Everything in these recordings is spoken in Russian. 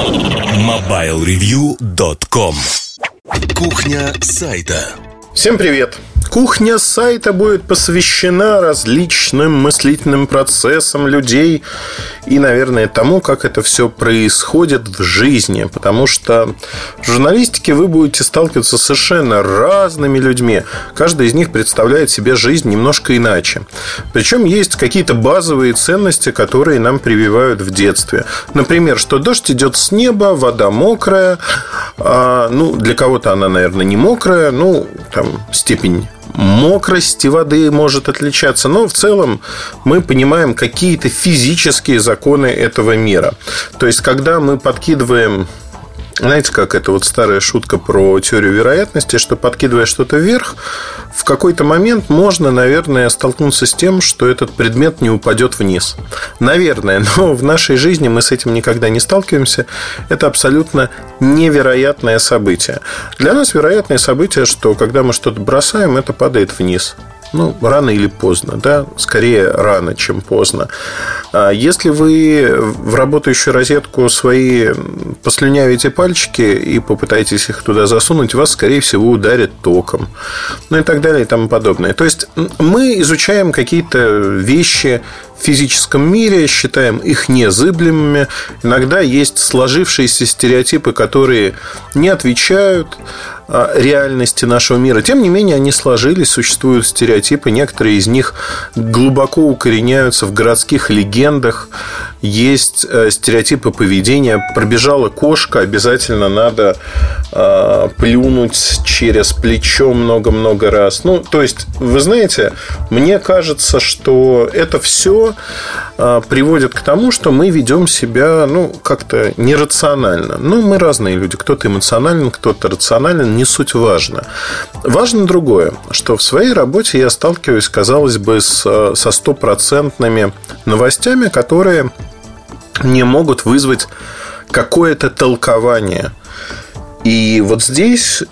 MobileReview.com. Кухня сайта. Всем привет! Кухня сайта будет посвящена различным мыслительным процессам людей и, наверное, тому, как это все происходит в жизни. Потому что в журналистике вы будете сталкиваться с совершенно разными людьми. Каждый из них представляет себе жизнь немножко иначе. Причем есть какие-то базовые ценности, которые нам прививают в детстве. Например, что дождь идет с неба, вода мокрая. Для кого-то она, наверное, не мокрая. Степень мокрости воды может отличаться, но в целом мы понимаем какие-то физические законы этого мира. То есть, когда мы подкидываем... Знаете, как это старая шутка про теорию вероятности, что, подкидывая что-то вверх, в какой-то момент можно, наверное, столкнуться с тем, что этот предмет не упадет вниз. Наверное, но в нашей жизни мы с этим никогда не сталкиваемся. Это абсолютно невероятное событие. Для нас вероятное событие, что когда мы что-то бросаем, это падает вниз. Рано или поздно, да? Скорее рано, чем поздно. Если вы в работающую розетку свои послюнявите пальчики и попытаетесь их туда засунуть, вас, скорее всего, ударит током. И так далее, и тому подобное. То есть, мы изучаем какие-то вещи в физическом мире, считаем их незыблемыми. Иногда есть сложившиеся стереотипы, которые не отвечают реальности нашего мира. Тем не менее, они сложились, существуют стереотипы. Некоторые из них глубоко укореняются в городских легендах. Есть стереотипы поведения. Пробежала кошка, обязательно надо плюнуть через плечо много-много раз. То есть, вы знаете, мне кажется, что это все приводит к тому, что мы ведем себя как-то нерационально. Мы разные люди. Кто-то эмоционален, кто-то рационален. Не суть важно. Важно другое, что в своей работе я сталкиваюсь, казалось бы, со стопроцентными новостями, которые не могут вызвать какое-то толкование. И здесь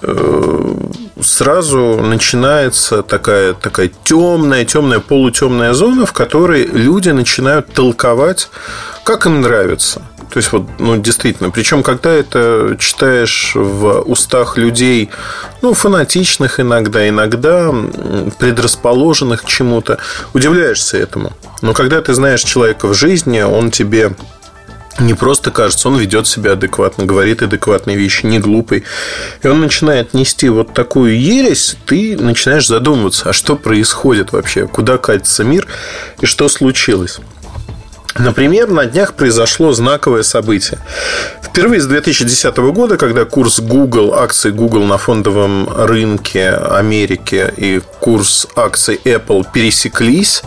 сразу начинается такая темная, полутемная зона, в которой люди начинают толковать, как им нравится. То есть, действительно. Причем, когда это читаешь в устах людей, фанатичных иногда предрасположенных к чему-то, удивляешься этому. Но когда ты знаешь человека в жизни, он тебе не просто кажется, он ведет себя адекватно, говорит адекватные вещи, не глупый. И он начинает нести такую ересь, ты начинаешь задумываться, а что происходит вообще, куда катится мир и что случилось. Например, на днях произошло знаковое событие. Впервые с 2010 года, когда курс Google, акций Google на фондовом рынке Америки и курс акций Apple пересеклись,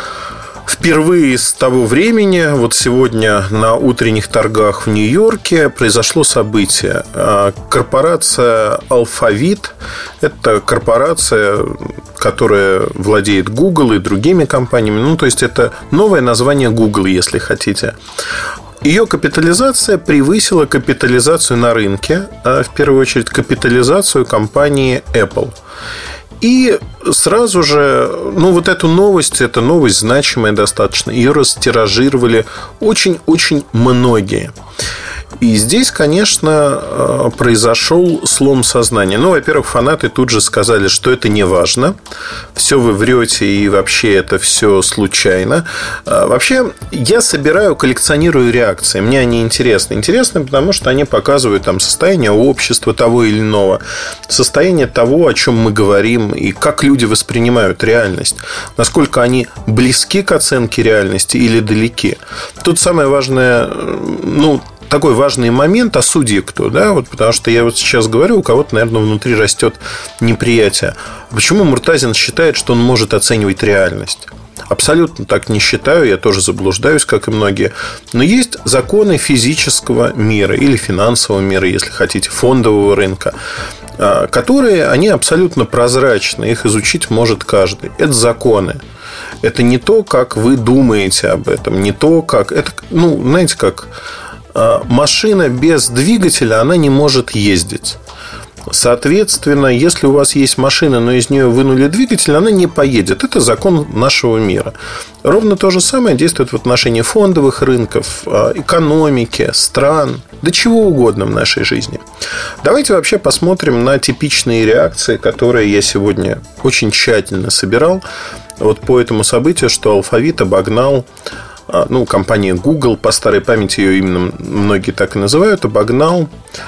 впервые с того времени, сегодня на утренних торгах в Нью-Йорке произошло событие. Корпорация Alphabet, это корпорация, которая владеет Google и другими компаниями. То есть, это новое название Google, если хотите. Ее капитализация превысила капитализацию на рынке, в первую очередь капитализацию компании Apple. И сразу же, эту новость, эта новость значимая достаточно, ее растиражировали очень-очень многие. И здесь, конечно, произошел слом сознания. Во-первых, фанаты тут же сказали, что это не важно. Все вы врете, и вообще это все случайно. Вообще, я коллекционирую реакции. Мне они интересны. Интересны, потому что они показывают состояние общества того или иного, состояние того, о чем мы говорим, и как люди воспринимают реальность. Насколько они близки к оценке реальности или далеки. Тут самое важное, такой важный момент, а судьи кто, да? Потому что я сейчас говорю, у кого-то, наверное, внутри растет неприятие. Почему Муртазин считает, что он может оценивать реальность? Абсолютно так не считаю, я тоже заблуждаюсь, как и многие. Но есть законы физического мира или финансового мира, если хотите, фондового рынка, которые, они абсолютно прозрачны, их изучить может каждый. Это законы. Это не то, как вы думаете об этом, не то, как... Это, знаете, как... Машина без двигателя, она не может ездить. Соответственно, если у вас есть машина, но из нее вынули двигатель, она не поедет. Это закон нашего мира. Ровно то же самое действует в отношении фондовых рынков, экономики, стран, да чего угодно в нашей жизни. Давайте вообще посмотрим на типичные реакции, которые я сегодня очень тщательно собирал вот по этому событию, что Алфавит обогнал, компания Google, по старой памяти ее именно многие так и называют, обогнал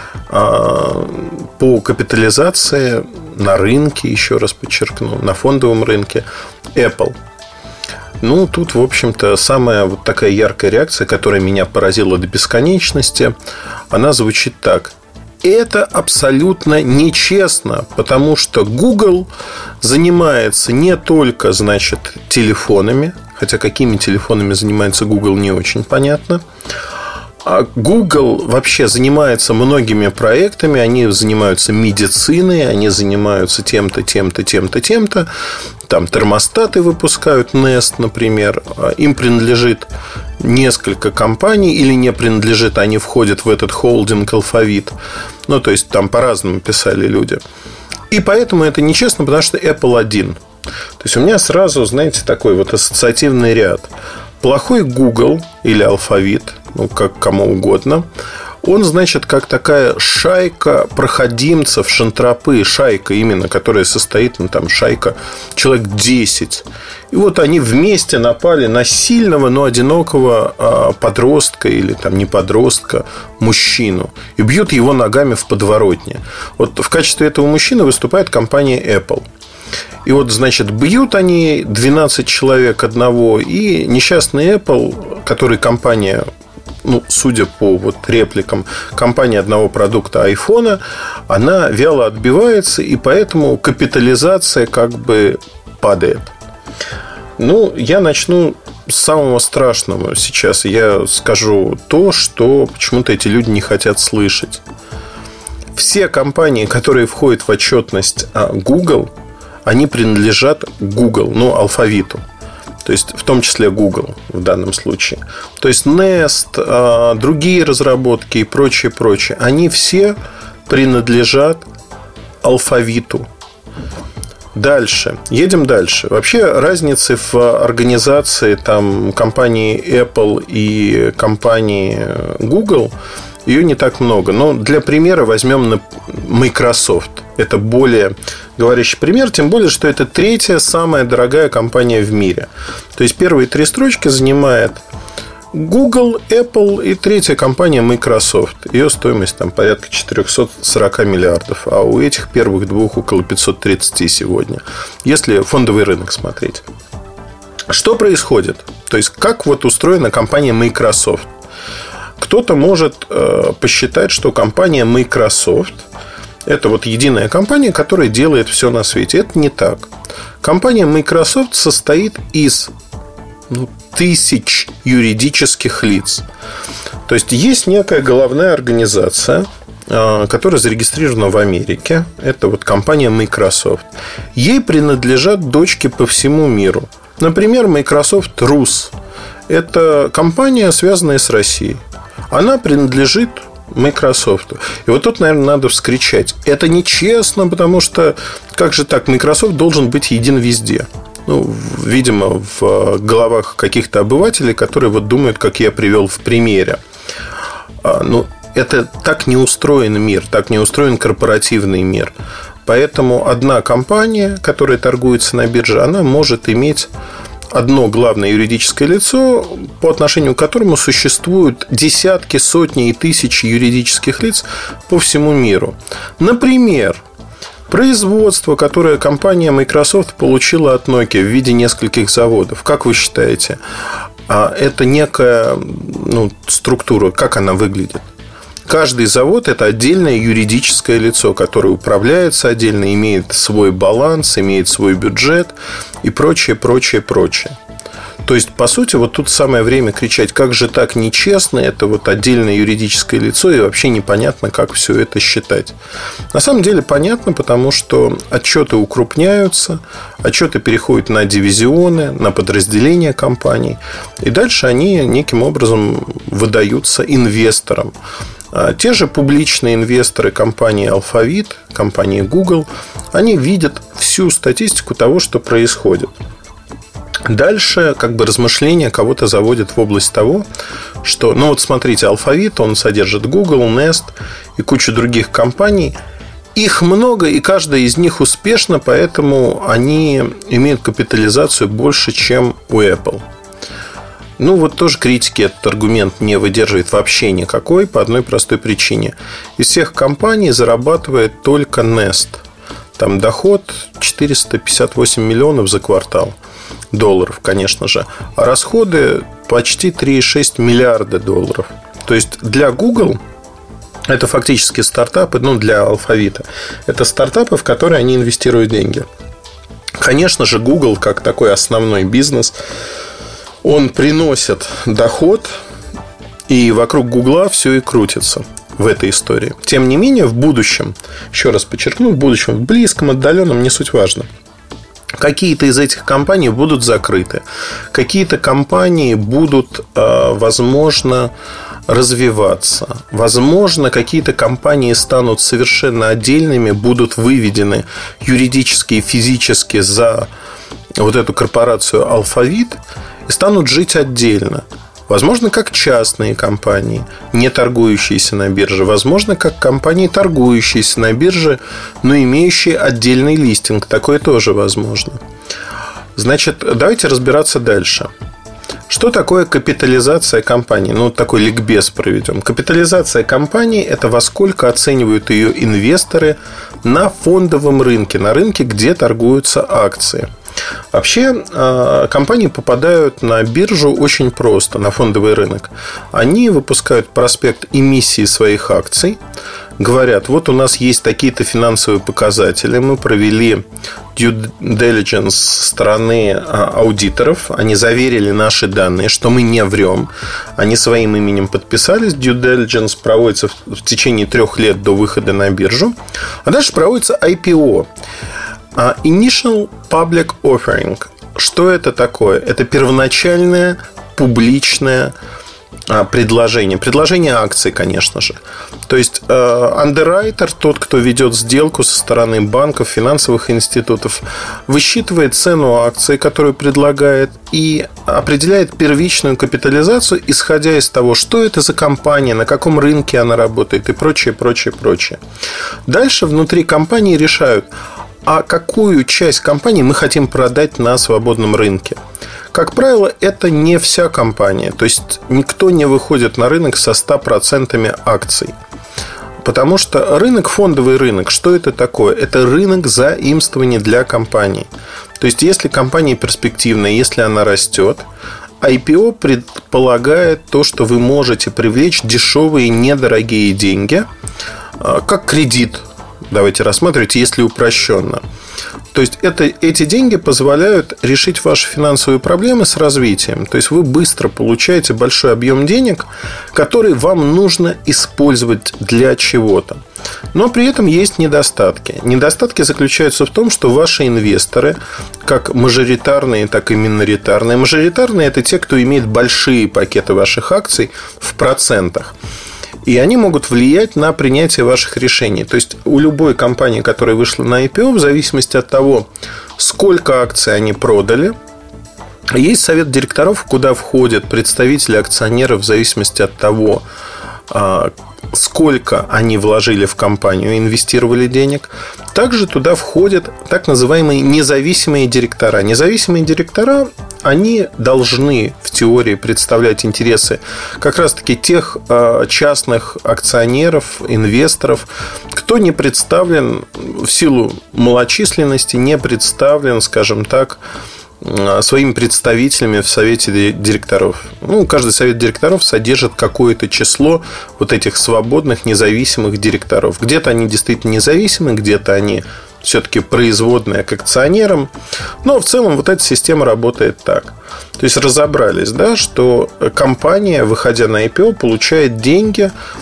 по капитализации на рынке, еще раз подчеркну, на фондовом рынке Apple. Тут, в общем-то, самая вот такая яркая реакция, которая меня поразила до бесконечности, она звучит так. Это абсолютно нечестно, потому что Google занимается не только, телефонами, хотя какими телефонами занимается Google, не очень понятно. А Google вообще занимается многими проектами. Они занимаются медициной, они занимаются тем-то, тем-то, тем-то, тем-то. Там термостаты выпускают, Nest, например. Им принадлежит несколько компаний или не принадлежит, они входят в этот холдинг Алфавит. То есть там по-разному писали люди. И поэтому это нечестно, потому что Apple один. То есть у меня сразу, такой вот ассоциативный ряд. Плохой Google или Алфавит, как кому угодно, он, как такая шайка проходимцев, шантропы, шайка именно, которая состоит, шайка, человек 10. И вот они вместе напали на сильного, но одинокого подростка или не подростка, мужчину, и бьют его ногами в подворотне. Вот в качестве этого мужчины выступает компания Apple. И вот, бьют они 12 человек одного, и несчастный Apple, который компания, судя по репликам, компания одного продукта айфона, она вяло отбивается, и поэтому капитализация падает. Я начну с самого страшного. Сейчас я скажу то, что почему-то эти люди не хотят слышать. Все компании, которые входят в отчетность Google, они принадлежат Google, Алфавиту. То есть, в том числе Google в данном случае. То есть, Nest, другие разработки и прочее, они все принадлежат Алфавиту. Дальше. Едем дальше. Вообще, разницы в организации компании Apple и компании Google ее не так много. Но для примера возьмем Microsoft. Это более говорящий пример, тем более, что это третья самая дорогая компания в мире. То есть первые 3 строчки занимает Google, Apple и третья компания Microsoft. Ее стоимость порядка 440 миллиардов, а у этих первых 2 около 530 сегодня, если фондовый рынок смотреть. Что происходит? То есть как устроена компания Microsoft? Кто-то может посчитать, что компания Microsoft — это единая компания, которая делает все на свете. Это не так. Компания Microsoft состоит из тысяч юридических лиц. То есть есть некая головная организация, которая зарегистрирована в Америке. Это компания Microsoft. Ей принадлежат дочки по всему миру. Например, Microsoft Rus. Это компания, связанная с Россией. Она принадлежит Microsoft. И вот тут, наверное, надо вскричать: это нечестно, потому что как же так, Microsoft должен быть един везде. Видимо, в головах каких-то обывателей, которые думают, как я привел в примере. Это так не устроен мир, так не устроен корпоративный мир. Поэтому одна компания, которая торгуется на бирже, она может иметь одно главное юридическое лицо, по отношению к которому существуют десятки, сотни и тысячи юридических лиц по всему миру. Например, производство, которое компания Microsoft получила от Nokia в виде нескольких заводов. Как вы считаете, это некая структура, как она выглядит? Каждый завод – это отдельное юридическое лицо, которое управляется отдельно, имеет свой баланс, имеет свой бюджет и прочее. То есть, по сути, тут самое время кричать: как же так нечестно, это отдельное юридическое лицо, и вообще непонятно, как все это считать. На самом деле понятно, потому что отчеты укрупняются, отчеты переходят на дивизионы, на подразделения компаний, и дальше они неким образом выдаются инвесторам. Те же публичные инвесторы компании Alphabet, компании Google, они видят всю статистику того, что происходит. Дальше размышления кого-то заводят в область того, что, смотрите, Alphabet, он содержит Google, Nest и кучу других компаний. Их много, и каждая из них успешна, поэтому они имеют капитализацию больше, чем у Apple. Тоже критики этот аргумент не выдерживает вообще никакой, по одной простой причине. Из всех компаний зарабатывает только Nest. Там доход 458 миллионов за квартал. Долларов, конечно же. А расходы почти 3,6 миллиарда долларов. То есть для Google это фактически стартапы, для Alphabet. Это стартапы, в которые они инвестируют деньги. Конечно же, Google, как такой основной бизнес, он приносит доход, и вокруг Гугла все и крутится в этой истории. Тем не менее, в будущем, еще раз подчеркну, в будущем, в близком, отдаленном, не суть важно, какие-то из этих компаний будут закрыты. Какие-то компании будут, возможно, развиваться. Возможно, какие-то компании станут совершенно отдельными, будут выведены юридически и физически за вот эту корпорацию Alphabet и станут жить отдельно. Возможно, как частные компании, не торгующиеся на бирже. Возможно, как компании, торгующиеся на бирже, но имеющие отдельный листинг. Такое тоже возможно. Значит, давайте разбираться дальше. Что такое капитализация компании? Такой ликбез проведем. Капитализация компании – это во сколько оценивают ее инвесторы на фондовом рынке, на рынке, где торгуются акции. Вообще, компании попадают на биржу очень просто, на фондовый рынок. Они выпускают проспект эмиссии своих акций, говорят, вот у нас есть такие-то финансовые показатели, мы провели due diligence стороны аудиторов, они заверили наши данные, что мы не врем, они своим именем подписались, due diligence проводится в течение 3 лет до выхода на биржу, а дальше проводится IPO. Initial Public Offering. Что это такое? Это первоначальное публичное предложение. Предложение акций, конечно же. То есть андеррайтер, тот, кто ведет сделку со стороны банков, финансовых институтов, высчитывает цену акций, которую предлагает, и определяет первичную капитализацию, исходя из того, что это за компания, на каком рынке она работает и прочее, прочее, прочее. Дальше внутри компании решают, а какую часть компании мы хотим продать на свободном рынке. Как правило, это не вся компания. То есть никто не выходит на рынок со 100% акций. Потому что рынок, фондовый рынок, что это такое? Это рынок заимствований для компаний. То есть если компания перспективная, если она растет, IPO предполагает то, что вы можете привлечь дешевые, недорогие деньги, как кредит. Давайте рассматривать, если упрощенно. То есть эти деньги позволяют решить ваши финансовые проблемы с развитием. То есть вы быстро получаете большой объем денег, который вам нужно использовать для чего-то. Но при этом есть недостатки. Недостатки заключаются в том, что ваши инвесторы, как мажоритарные, так и миноритарные. Мажоритарные – это те, кто имеет большие пакеты ваших акций в процентах. И они могут влиять на принятие ваших решений. То есть у любой компании, которая вышла на IPO, в зависимости от того, сколько акций они продали, есть совет директоров, куда входят представители акционеров в зависимости от того, сколько они вложили в компанию, инвестировали денег. Также туда входят так называемые независимые директора. Независимые директора, они должны в теории представлять интересы как раз-таки тех частных акционеров, инвесторов, кто не представлен в силу малочисленности, не представлен, скажем так, своими представителями в совете директоров. Каждый совет директоров содержит какое-то число вот этих свободных, независимых директоров. Где-то они действительно независимы, где-то они все-таки производные к акционерам. Но в целом вот эта система работает так. То есть разобрались, да, что компания, выходя на IPO, получает деньги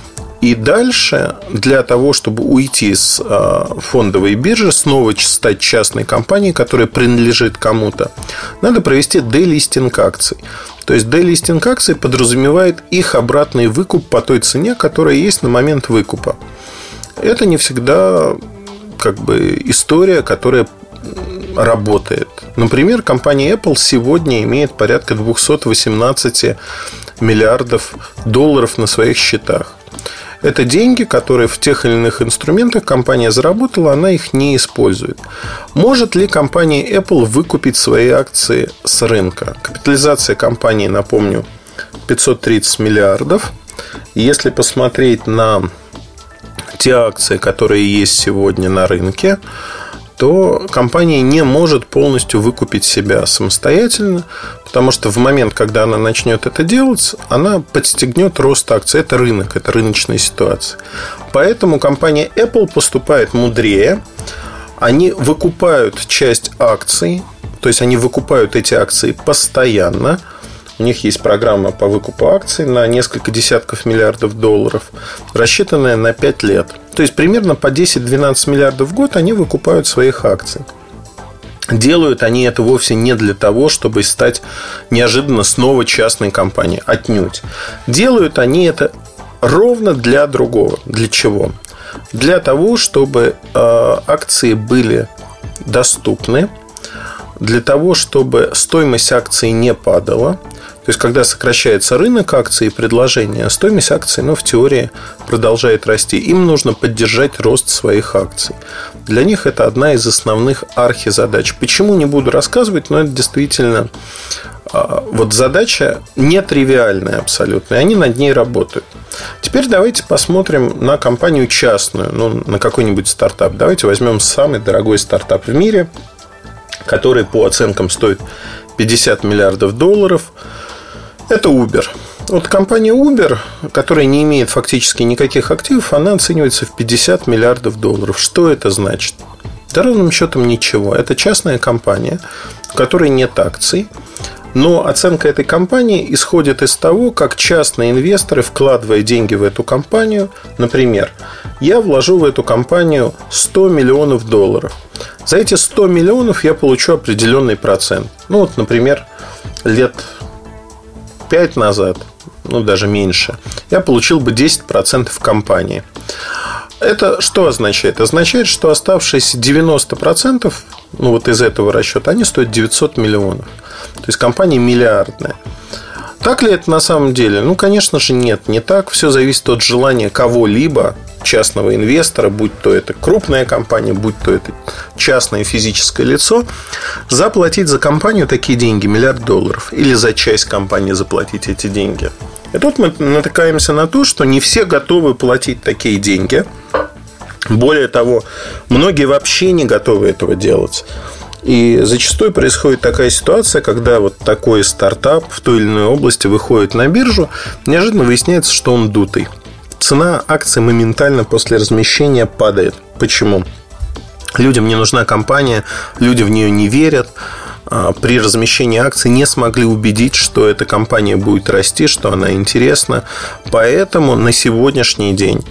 И дальше для того, чтобы уйти с фондовой биржи, снова стать частной компанией, которая принадлежит кому-то, надо провести делистинг акций. То есть делистинг акций подразумевает их обратный выкуп по той цене, которая есть на момент выкупа. Это не всегда история, которая работает. Например, компания Apple сегодня имеет порядка 218 миллиардов долларов на своих счетах. Это деньги, которые в тех или иных инструментах компания заработала, она их не использует. Может ли компания Apple выкупить свои акции с рынка? Капитализация компании, напомню, 530 миллиардов. Если посмотреть на те акции, которые есть сегодня на рынке, то компания не может полностью выкупить себя самостоятельно, потому что в момент, когда она начнет это делать, она подстегнет рост акций. Это рынок, это рыночная ситуация. Поэтому компания Apple поступает мудрее. Они выкупают часть акций, то есть они выкупают эти акции постоянно. У них есть программа по выкупу акций на несколько десятков миллиардов долларов, рассчитанная на 5 лет. То есть примерно по 10-12 миллиардов в год они выкупают своих акций. Делают они это вовсе не для того, чтобы стать неожиданно снова частной компанией. Отнюдь. Делают они это ровно для другого. Для чего? Для того, чтобы акции были доступны, для того, чтобы стоимость акций не падала. То есть, когда сокращается рынок акций и предложения, стоимость акций, в теории продолжает расти. Им нужно поддержать рост своих акций. Для них это одна из основных архизадач. Почему, не буду рассказывать, но это действительно задача нетривиальная абсолютно, и они над ней работают. Теперь давайте посмотрим на компанию частную, на какой-нибудь стартап. Давайте возьмем самый дорогой стартап в мире, который по оценкам стоит 50 миллиардов долларов. Это Uber. Вот компания Uber, которая не имеет фактически никаких активов, она оценивается в 50 миллиардов долларов. Что это значит? Да ровным счетом ничего. Это частная компания, у которой нет акций. Но оценка этой компании исходит из того, как частные инвесторы, вкладывая деньги в эту компанию, например, я вложу в эту компанию 100 миллионов долларов. За эти 100 миллионов я получу определенный процент. Например, лет 5 назад, даже меньше, я получил бы 10% компании. Это что означает? Означает, что оставшиеся 90%, из этого расчета, они стоят 900 миллионов. То есть компания миллиардная. Так ли это на самом деле? Конечно же нет, не так. Все зависит от желания кого-либо, частного инвестора, будь то это крупная компания, будь то это частное физическое лицо, заплатить за компанию такие деньги, $1 миллиард, или за часть компании заплатить эти деньги. И тут мы натыкаемся на то, что не все готовы платить такие деньги. Более того, многие вообще не готовы этого делать. И зачастую происходит такая ситуация, когда такой стартап в той или иной области выходит на биржу, неожиданно выясняется, что он дутый. Цена акций моментально после размещения падает. Почему? Людям не нужна компания, люди в нее не верят. При размещении акций не смогли убедить, что эта компания будет расти, что она интересна. Поэтому на сегодняшний день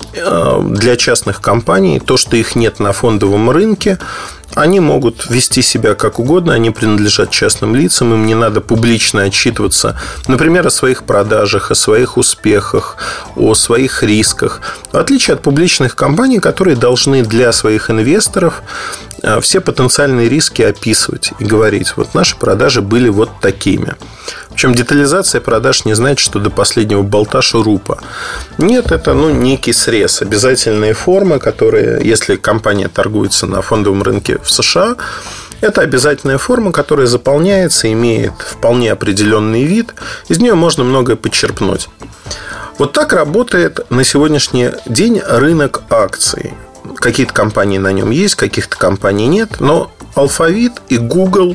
для частных компаний то, что их нет на фондовом рынке, они могут вести себя как угодно, они принадлежат частным лицам, им не надо публично отчитываться, например, о своих продажах, о своих успехах, о своих рисках. В отличие от публичных компаний, которые должны для своих инвесторов все потенциальные риски описывать и говорить: наши продажи были такими. Причем детализация продаж не значит, что до последнего болта шурупа. Нет, это некий срез, обязательные формы, которые, если компания торгуется на фондовом рынке в США, это обязательная форма, которая заполняется, имеет вполне определенный вид. Из нее можно многое подчерпнуть. Так работает на сегодняшний день рынок акций. Какие-то компании на нем есть, каких-то компаний нет. Но Alphabet и Google,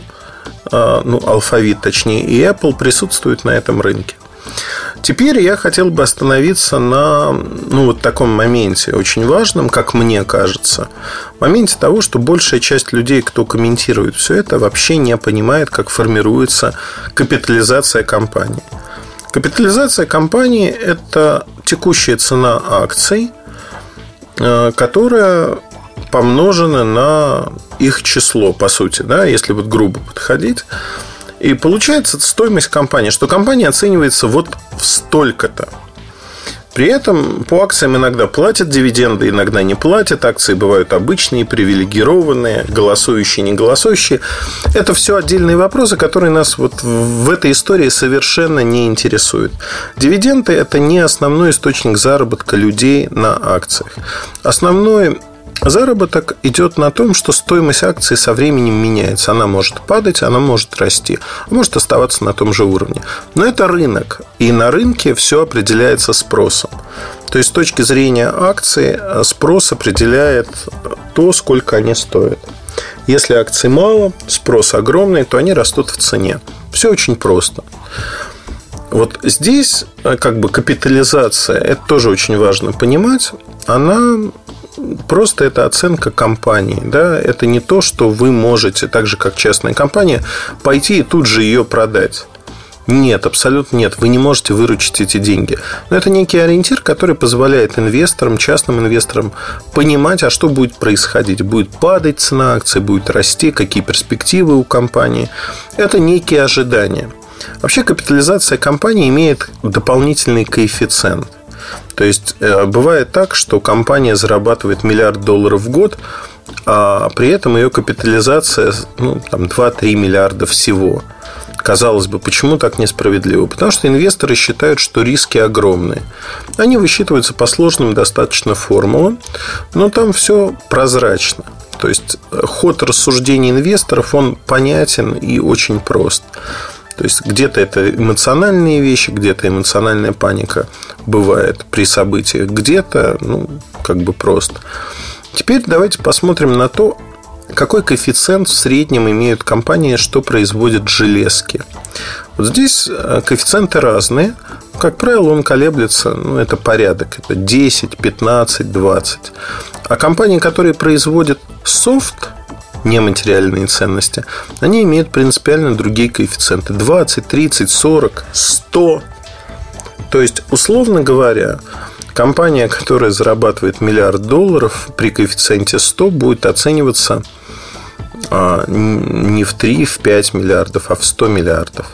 Alphabet, точнее, и Apple присутствуют на этом рынке. Теперь я хотел бы остановиться на таком моменте, очень важном, как мне кажется. Моменте того, что большая часть людей, кто комментирует все это, вообще не понимает, как формируется капитализация компании. Капитализация компании – это текущая цена акций, которая помножена на их число, по сути, да, если вот грубо подходить. И получается стоимость компании, что компания оценивается вот в столько-то. При этом по акциям иногда платят дивиденды, иногда не платят. Акции бывают обычные, привилегированные, голосующие, не голосующие. Это все отдельные вопросы, которые нас вот в этой истории совершенно не интересуют. Дивиденды – это не основной источник заработка людей на акциях. Основной заработок идет на том, что стоимость акций со временем меняется. Она может падать, она может расти, а может оставаться на том же уровне. Но это рынок, и на рынке все определяется спросом. То есть с точки зрения акций спрос определяет то, сколько они стоят. Если акций мало, спрос огромный, то они растут в цене. Все очень просто. Вот здесь как бы капитализация, это тоже очень важно понимать, она просто это оценка компании, да? Это не то, что вы можете, так же как частная компания, пойти и тут же ее продать. Нет, абсолютно нет. Вы не можете выручить эти деньги. Но это некий ориентир, который позволяет инвесторам, частным инвесторам понимать, а что будет происходить. Будет падать цена акций, будет расти, какие перспективы у компании. Это некие ожидания. Вообще капитализация компании имеет дополнительный коэффициент. То есть бывает так, что компания зарабатывает $1 миллиард в год, а при этом ее капитализация 2-3 миллиарда всего. Казалось бы, почему так несправедливо? Потому что инвесторы считают, что риски огромные. Они высчитываются по сложным достаточно формулам, но там все прозрачно. То есть ход рассуждений инвесторов, он понятен и очень прост. То есть где-то это эмоциональные вещи, где-то эмоциональная паника бывает при событиях, где-то, просто. Теперь давайте посмотрим на то, какой коэффициент в среднем имеют компании, что производят железки. Вот здесь коэффициенты разные. Как правило, он колеблется, это порядок, это 10, 15, 20. А компании, которые производят софт, нематериальные ценности, они имеют принципиально другие коэффициенты: 20, 30, 40, 100. То есть, условно говоря, компания, которая зарабатывает $1 миллиард при коэффициенте 100, будет оцениваться не в 3, в 5 миллиардов, а в 100 миллиардов.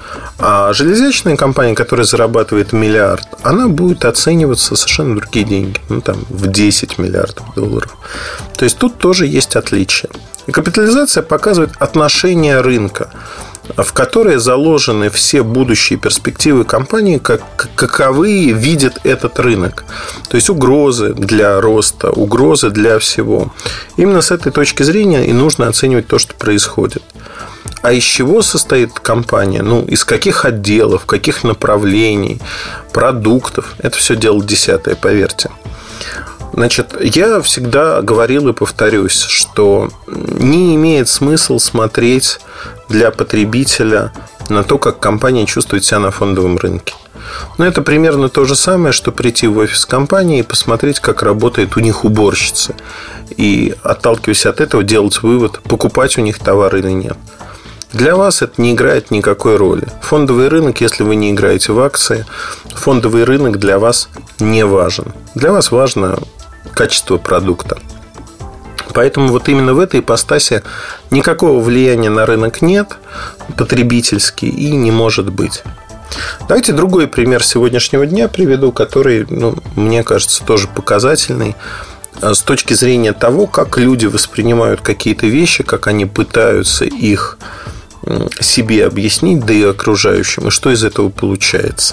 А железячная компания, которая зарабатывает $1 миллиард, она будет оцениваться совершенно другие деньги, в 10 миллиардов долларов. То есть тут тоже есть отличия. И капитализация показывает отношение рынка, в которое заложены все будущие перспективы компании, каковы видит этот рынок. То есть угрозы для роста, угрозы для всего. Именно с этой точки зрения и нужно оценивать то, что происходит. А из чего состоит компания? Из каких отделов, каких направлений, продуктов? Это все дело десятое, поверьте. Значит, я всегда говорил и повторюсь, что не имеет смысла смотреть для потребителя на то, как компания чувствует себя на фондовом рынке. Но это примерно то же самое, что прийти в офис компании и посмотреть, как работает у них уборщица. И, отталкиваясь от этого, делать вывод, покупать у них товар или нет. Для вас это не играет никакой роли. Фондовый рынок, если вы не играете в акции, фондовый рынок для вас не важен. Для вас важно качество продукта. Поэтому вот именно в этой ипостаси никакого влияния на рынок нет, потребительский, и не может быть. Давайте другой пример сегодняшнего дня приведу, который, мне кажется, тоже показательный с точки зрения того, как люди воспринимают какие-то вещи, как они пытаются их себе объяснить, да и окружающим, и что из этого получается.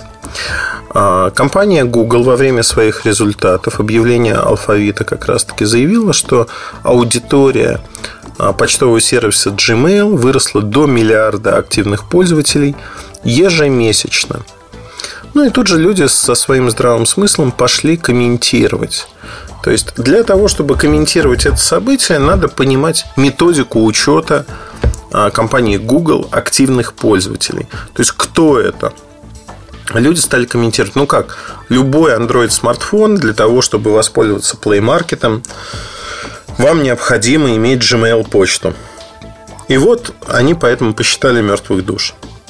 Компания Google во время своих результатов, объявления алфавита, как раз-таки заявила, что аудитория почтового сервиса Gmail выросла до 1 миллиарда активных пользователей ежемесячно. И тут же люди со своим здравым смыслом пошли комментировать. То есть для того, чтобы комментировать это событие, надо понимать методику учета компании Google активных пользователей. То есть кто это? Люди стали комментировать, любой Android-смартфон для того, чтобы воспользоваться Play Market, вам необходимо иметь Gmail почту. И вот они поэтому посчитали мертвых душ.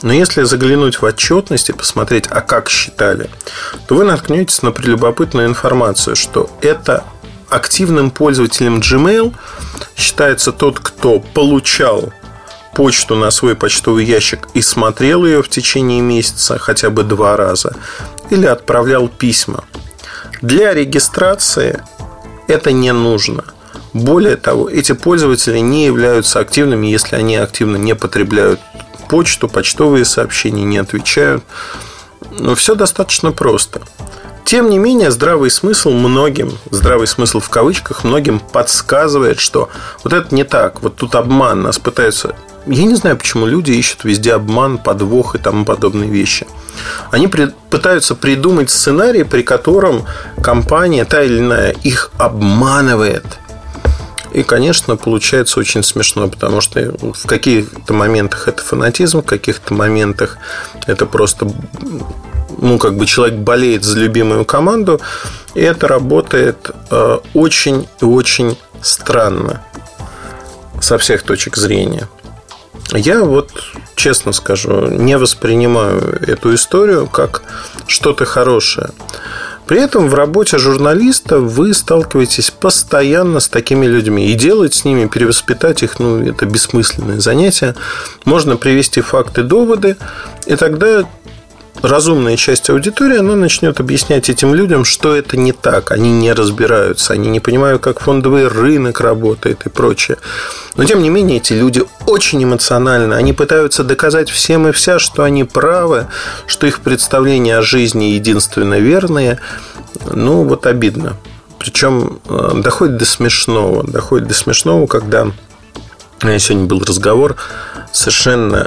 Но если заглянуть в отчетность и посмотреть, а как считали, то вы наткнетесь на прелюбопытную информацию, что это активным пользователем Gmail считается тот, кто получал почту на свой почтовый ящик и смотрел ее в течение месяца хотя бы 2 раза, или отправлял письма. Для регистрации это не нужно. Более того, эти пользователи не являются активными, если они активно не потребляют почту, почтовые сообщения, не отвечают. Но все достаточно просто. Тем не менее, здравый смысл в кавычках, многим подсказывает, что вот это не так, вот тут обман, нас пытаются... Я не знаю, почему люди ищут везде обман, подвох и тому подобные вещи. Они пытаются придумать сценарий, при котором компания, та или иная, их обманывает. И, конечно, получается очень смешно, потому что в каких-то моментах это фанатизм, в каких-то моментах это просто... человек болеет за любимую команду, и это работает очень и очень странно со всех точек зрения. Я честно скажу, не воспринимаю эту историю как что-то хорошее. При этом в работе журналиста вы сталкиваетесь постоянно с такими людьми. И делать с ними, перевоспитать их, это бессмысленное занятие. Можно привести факты, доводы, и тогда разумная часть аудитории, она начнет объяснять этим людям, что это не так. Они не разбираются, они не понимают, как фондовый рынок работает и прочее. Но, тем не менее, эти люди очень эмоциональны. Они пытаются доказать всем и вся, что они правы, что их представления о жизни единственно верные. Обидно. Причем доходит до смешного. Доходит до смешного, когда... Сегодня был разговор совершенно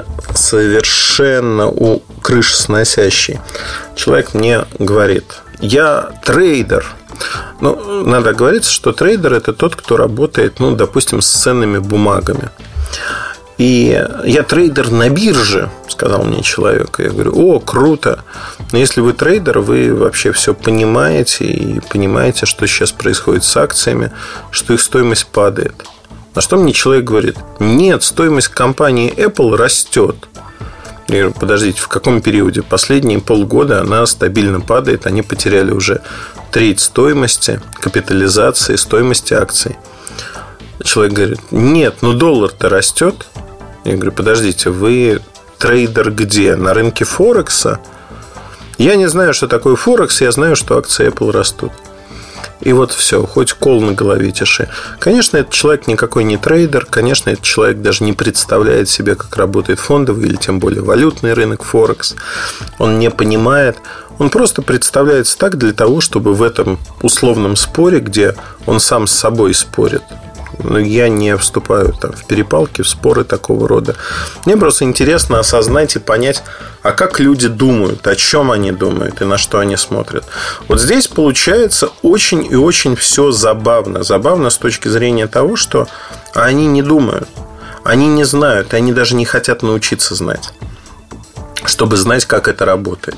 у крыши сносящий. Человек мне говорит: я трейдер. Надо оговориться, что трейдер – это тот, кто работает, допустим, с ценными бумагами. И я трейдер на бирже, сказал мне человек. Я говорю: о, круто. Но если вы трейдер, вы вообще все понимаете. И понимаете, что сейчас происходит с акциями, что их стоимость падает. На что мне человек говорит: нет, стоимость компании Apple растет. Я говорю: подождите, в каком периоде? Последние полгода она стабильно падает. Они потеряли уже треть стоимости, капитализации, стоимости акций. Человек говорит: нет, доллар-то растет. Я говорю: подождите, вы трейдер где? На рынке Форекса? Я не знаю, что такое Форекс. Я знаю, что акции Apple растут. И все, хоть кол на голове тиши. Конечно, этот человек никакой не трейдер. Конечно, этот человек даже не представляет себе, как работает фондовый или тем более валютный рынок Форекс. Он не понимает. Он просто представляется так для того, чтобы в этом условном споре, где он сам с собой спорит. Я не вступаю в перепалки, в споры такого рода. Мне просто интересно осознать и понять, а как люди думают, о чем они думают и на что они смотрят. Здесь получается очень и очень все забавно. Забавно с точки зрения того, что они не думают, они не знают, и они даже не хотят научиться знать, чтобы знать, как это работает.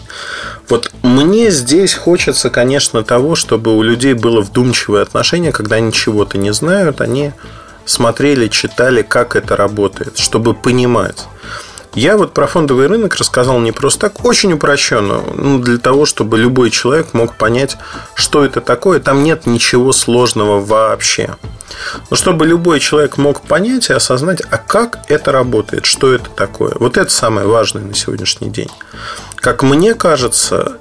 Мне здесь хочется, конечно, того, чтобы у людей было вдумчивое отношение, когда они чего-то не знают, они смотрели, читали, как это работает, чтобы понимать. Я про фондовый рынок рассказал не просто так, очень упрощенно, для того, чтобы любой человек мог понять, что это такое. Там нет ничего сложного вообще. Но чтобы любой человек мог понять и осознать, а как это работает, что это такое. Это самое важное на сегодняшний день. Как мне кажется,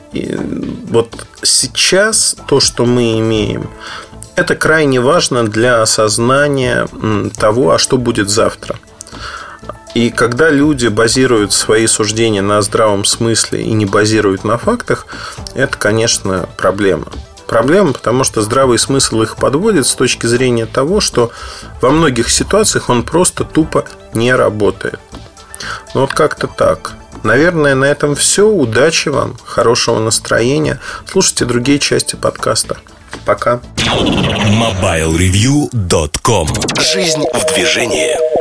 сейчас то, что мы имеем, это крайне важно для осознания того, а что будет завтра. И когда люди базируют свои суждения на здравом смысле и не базируют на фактах, это, конечно, проблема. Проблема, потому что здравый смысл их подводит с точки зрения того, что во многих ситуациях он просто тупо не работает. Как-то так. Наверное, на этом все. Удачи вам, хорошего настроения. Слушайте другие части подкаста. Пока. MobileReview.com. Жизнь в движении.